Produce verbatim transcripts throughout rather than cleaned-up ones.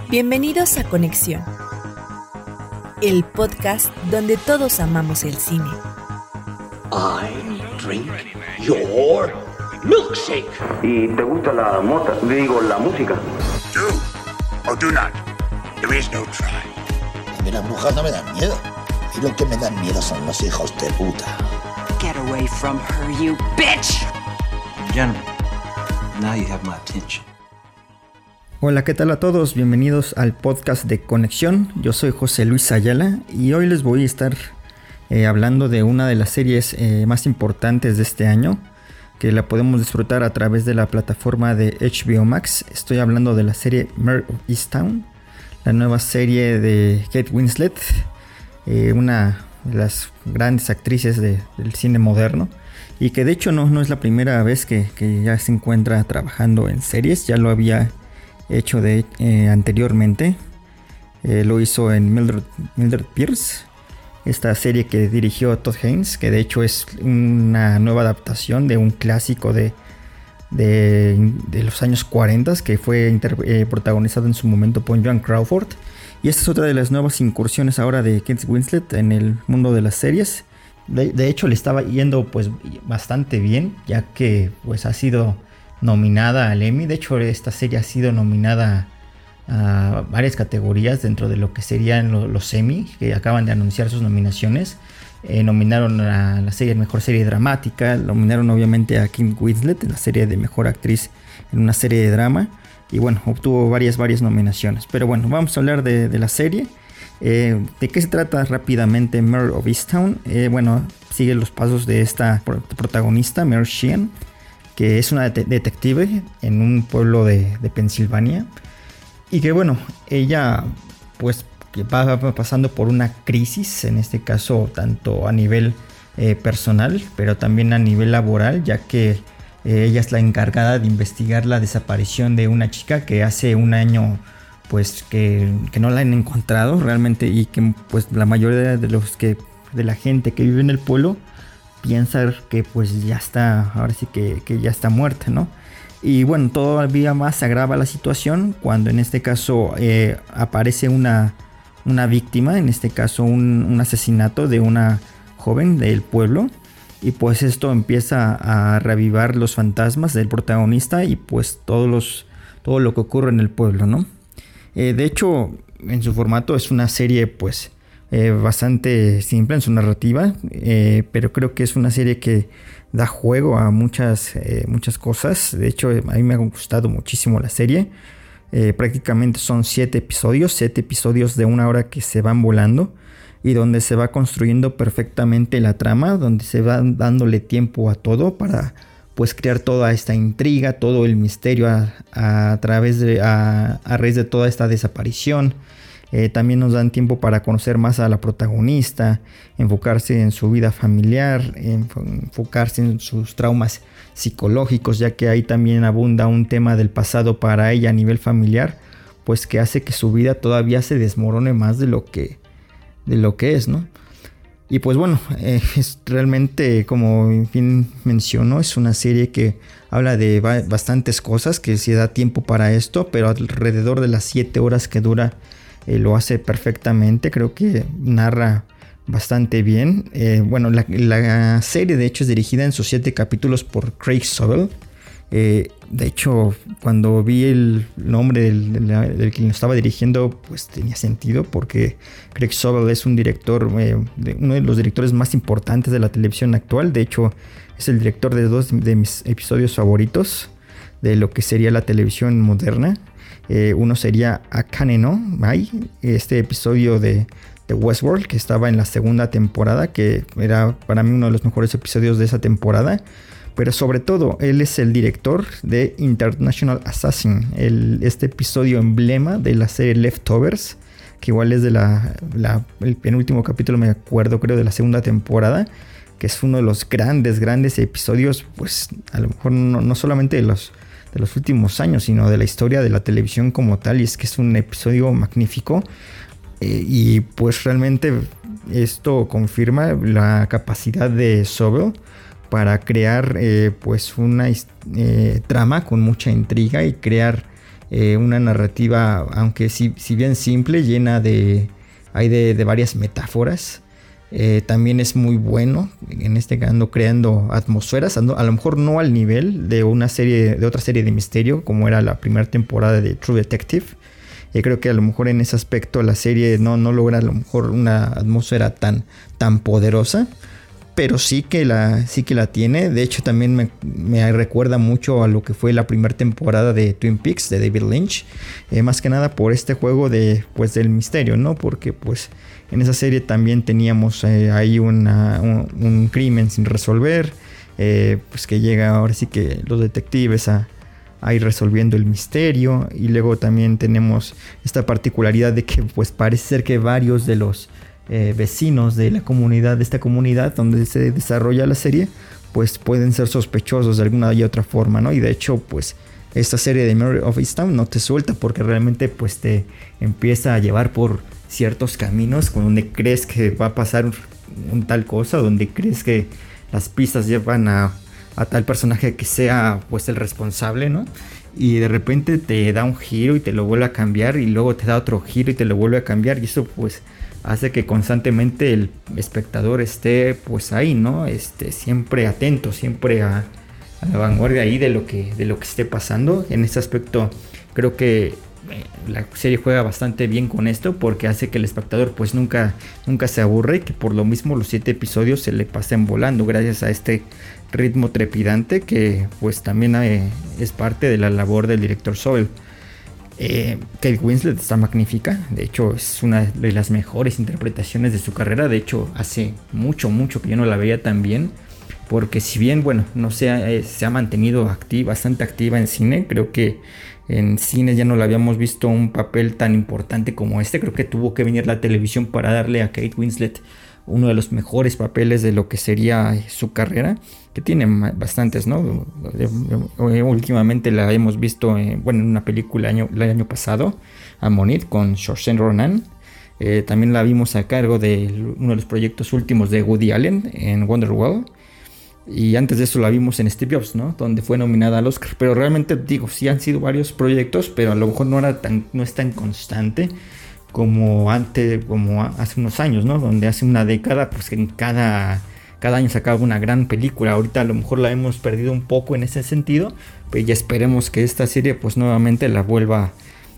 Bienvenidos a Conexión, el podcast donde todos amamos el cine. I drink your milkshake. ¿Y te gusta la mota? Digo, la música. Do or do not. There is no try. A mí las brujas no me dan miedo. Y lo que me dan miedo son los hijos de puta. Get away from her, you bitch! Gentlemen, now you have my attention. Hola, ¿qué tal a todos? Bienvenidos al podcast de Conexión. Yo soy José Luis Ayala y hoy les voy a estar eh, hablando de una de las series eh, más importantes de este año, que la podemos disfrutar a través de la plataforma de H B O Max. Estoy hablando de la serie Mare of Easttown, la nueva serie de Kate Winslet, eh, una de las grandes actrices de, del cine moderno, y que de hecho no, no es la primera vez que, que ya se encuentra trabajando en series. Ya lo había hecho de, eh, anteriormente. Eh, lo hizo en Mildred, Mildred Pierce, esta serie que dirigió Todd Haynes, que de hecho es una nueva adaptación de un clásico de, de, de los años cuarenta, que fue inter, eh, protagonizado en su momento por Joan Crawford. Y esta es otra de las nuevas incursiones ahora de Kate Winslet en el mundo de las series. De, de hecho le estaba yendo pues bastante bien, ya que pues ha sido nominada al Emmy. De hecho, esta serie ha sido nominada a varias categorías dentro de lo que serían los, los Emmy, que acaban de anunciar sus nominaciones. Eh, nominaron a la serie Mejor Serie Dramática, nominaron obviamente a Kate Winslet en la serie de Mejor Actriz en una serie de drama. Y bueno, obtuvo varias, varias nominaciones. Pero bueno, vamos a hablar de, de la serie. Eh, ¿De qué se trata rápidamente Mare of Easttown? Eh, bueno, sigue los pasos de esta protagonista, Mare Sheehan, que es una det- detective en un pueblo de, de Pensilvania, y que bueno, ella pues va pasando por una crisis, en este caso tanto a nivel eh, personal, pero también a nivel laboral, ya que eh, ella es la encargada de investigar la desaparición de una chica que hace un año pues que, que no la han encontrado realmente, y que pues la mayoría de los que de la gente que vive en el pueblo piensa que pues ya está, ahora sí que, que ya está muerta, ¿no? Y bueno, todavía más se agrava la situación cuando en este caso eh, aparece una, una víctima, en este caso un, un asesinato de una joven del pueblo, y pues esto empieza a reavivar los fantasmas del protagonista y pues todos los, todo lo que ocurre en el pueblo, ¿no? Eh, de hecho, en su formato es una serie pues Eh, bastante simple en su narrativa, eh, pero creo que es una serie que da juego a muchas, eh, muchas cosas. De hecho, a mí me ha gustado muchísimo la serie. Eh, prácticamente son siete episodios, siete episodios de una hora que se van volando, y donde se va construyendo perfectamente la trama, donde se va dándole tiempo a todo para pues crear toda esta intriga, todo el misterio a, a, a través de a, a raíz de toda esta desaparición. Eh, también nos dan tiempo para conocer más a la protagonista, enfocarse en su vida familiar, enfocarse en sus traumas psicológicos, ya que ahí también abunda un tema del pasado para ella a nivel familiar, pues que hace que su vida todavía se desmorone más de lo que, de lo que es, ¿no? Y pues bueno, eh, es realmente, como en fin menciono, es una serie que habla de ba- bastantes cosas, que se da tiempo para esto, pero alrededor de las siete horas que dura Eh, lo hace perfectamente. Creo que narra bastante bien. Eh, bueno, la, la serie de hecho es dirigida en sus siete capítulos por Craig Sobel. Eh, de hecho, cuando vi el nombre del, del, del que lo estaba dirigiendo, pues tenía sentido, porque Craig Sobel es un director, eh, de, uno de los directores más importantes de la televisión actual. De hecho, es el director de dos de mis episodios favoritos de lo que sería la televisión moderna. Eh, uno sería Akane no Mai, este episodio de, de Westworld, que estaba en la segunda temporada, que era para mí uno de los mejores episodios de esa temporada. Pero sobre todo, él es el director de International Assassin, el, este episodio emblema de la serie Leftovers, que igual es de la, la el penúltimo capítulo, me acuerdo, creo, de la segunda temporada, que es uno de los grandes, grandes episodios, pues a lo mejor no, no solamente de los de los últimos años, sino de la historia de la televisión como tal. Y es que es un episodio magnífico, eh, y pues realmente esto confirma la capacidad de Sobel para crear eh, pues una eh, trama con mucha intriga, y crear eh, una narrativa, aunque si, si bien simple, llena de, hay de, de varias metáforas. Eh, también es muy bueno en este caso creando atmósferas, a lo mejor no al nivel de una serie, de otra serie de misterio como era la primera temporada de True Detective. Eh, creo que a lo mejor en ese aspecto la serie no, no logra a lo mejor una atmósfera tan, tan poderosa, pero sí que la, sí que la tiene. De hecho también me, me recuerda mucho a lo que fue la primera temporada de Twin Peaks de David Lynch, eh, más que nada por este juego de, pues, del misterio, ¿no? Porque pues en esa serie también teníamos eh, ahí una, un, un crimen sin resolver, eh, pues que llega ahora sí que los detectives a, a ir resolviendo el misterio. Y luego también tenemos esta particularidad de que pues parece ser que varios de los eh, vecinos de la comunidad, de esta comunidad donde se desarrolla la serie, pues pueden ser sospechosos de alguna y otra forma, ¿no? Y de hecho pues esta serie de Mare of Easttown no te suelta porque realmente pues te empieza a llevar por ciertos caminos con donde crees que va a pasar un, un tal cosa, donde crees que las pistas llevan a, a tal personaje que sea pues el responsable, ¿no? Y de repente te da un giro y te lo vuelve a cambiar, y luego te da otro giro y te lo vuelve a cambiar, y eso pues hace que constantemente el espectador esté pues ahí, ¿no? Este, siempre atento, siempre a, a la vanguardia ahí de lo que, de lo que esté pasando. En ese aspecto creo que la serie juega bastante bien con esto, porque hace que el espectador pues nunca, nunca se aburre, y que por lo mismo los siete episodios se le pasen volando gracias a este ritmo trepidante que pues también eh, es parte de la labor del director Soel. eh, Kate Winslet está magnífica, de hecho es una de las mejores interpretaciones de su carrera. De hecho hace mucho mucho que yo no la veía tan bien, porque si bien bueno no se ha, eh, se ha mantenido activa, bastante activa en cine, creo que en cine ya no la habíamos visto un papel tan importante como este. Creo que tuvo que venir la televisión para darle a Kate Winslet uno de los mejores papeles de lo que sería su carrera, que tiene bastantes, ¿no? Últimamente la hemos visto eh, bueno, en una película año, el año pasado, Ammonit, con Saoirse Ronan. Eh, también la vimos a cargo de uno de los proyectos últimos de Woody Allen en Wonderwall. Y antes de eso la vimos en Steve Jobs, ¿no? Donde fue nominada al Oscar. Pero realmente digo, sí han sido varios proyectos, pero a lo mejor no era tan, no es tan constante como antes, como hace unos años, ¿no? Donde hace una década, pues en cada, cada año sacaba una gran película. Ahorita a lo mejor la hemos perdido un poco en ese sentido, pero ya esperemos que esta serie pues nuevamente la vuelva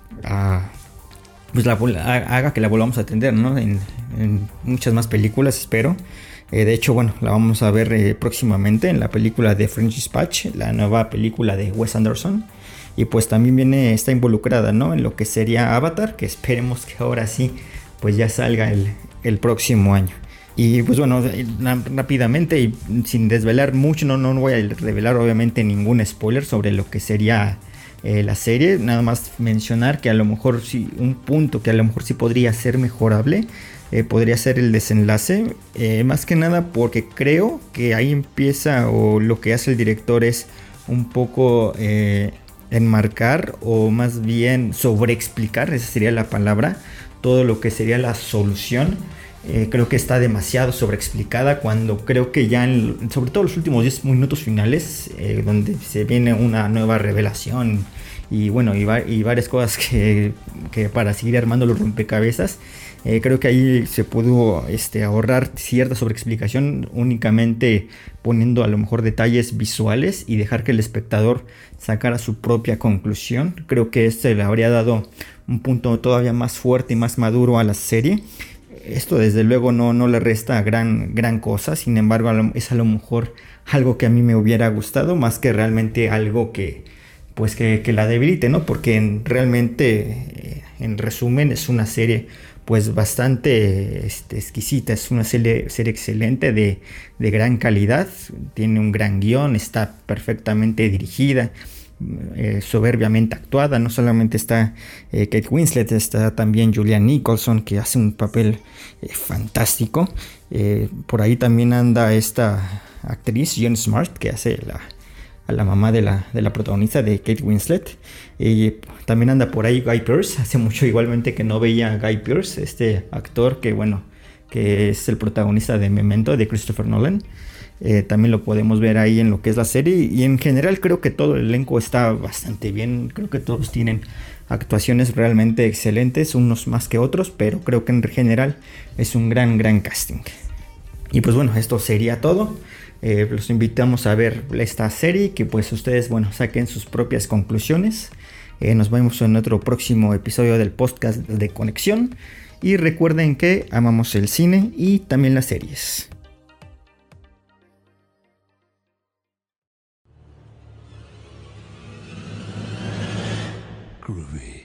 a, pues la haga que la volvamos a atender, ¿no? En, en muchas más películas, espero. Eh, de hecho, bueno, la vamos a ver eh, próximamente en la película de French Dispatch, la nueva película de Wes Anderson. Y pues también viene, está involucrada, ¿no? En lo que sería Avatar, que esperemos que ahora sí, pues ya salga el, el próximo año. Y pues bueno, rápidamente y sin desvelar mucho, no, no voy a revelar obviamente ningún spoiler sobre lo que sería eh, la serie. Nada más mencionar que a lo mejor sí, un punto que a lo mejor sí podría ser mejorable, Eh, podría ser el desenlace, eh, más que nada porque creo que ahí empieza, o lo que hace el director es un poco eh, enmarcar, o más bien sobreexplicar, esa sería la palabra, todo lo que sería la solución. Eh, creo que está demasiado sobreexplicada, cuando creo que ya en, sobre todo los últimos diez minutos finales, eh, donde se viene una nueva revelación y bueno, y, va, y varias cosas que, que para seguir armando los rompecabezas. Eh, creo que ahí se pudo este, ahorrar cierta sobreexplicación, únicamente poniendo a lo mejor detalles visuales y dejar que el espectador sacara su propia conclusión. Creo que este le habría dado un punto todavía más fuerte y más maduro a la serie. Esto desde luego no, no le resta gran, gran cosa, sin embargo es a lo mejor algo que a mí me hubiera gustado, más que realmente algo que, pues que, que la debilite, ¿no? Porque en, realmente, eh, en resumen, es una serie pues bastante este, exquisita. Es una serie, serie excelente, de, de gran calidad, tiene un gran guión, está perfectamente dirigida, eh, soberbiamente actuada. No solamente está eh, Kate Winslet, está también Julianne Nicholson, que hace un papel eh, fantástico. Eh, por ahí también anda esta actriz Jean Smart, que hace la, a la mamá de la, de la protagonista de Kate Winslet. Y también anda por ahí Guy Pearce. Hace mucho igualmente que no veía a Guy Pearce, este actor que bueno, que es el protagonista de Memento de Christopher Nolan. Eh, también lo podemos ver ahí en lo que es la serie. Y en general creo que todo el elenco está bastante bien. Creo que todos tienen actuaciones realmente excelentes, unos más que otros, pero creo que en general es un gran, gran casting. Y pues bueno, esto sería todo. Eh, los invitamos a ver esta serie, que pues ustedes, bueno, saquen sus propias conclusiones. Eh, nos vemos en otro próximo episodio del podcast de Conexión. Y recuerden que amamos el cine y también las series. Groovy.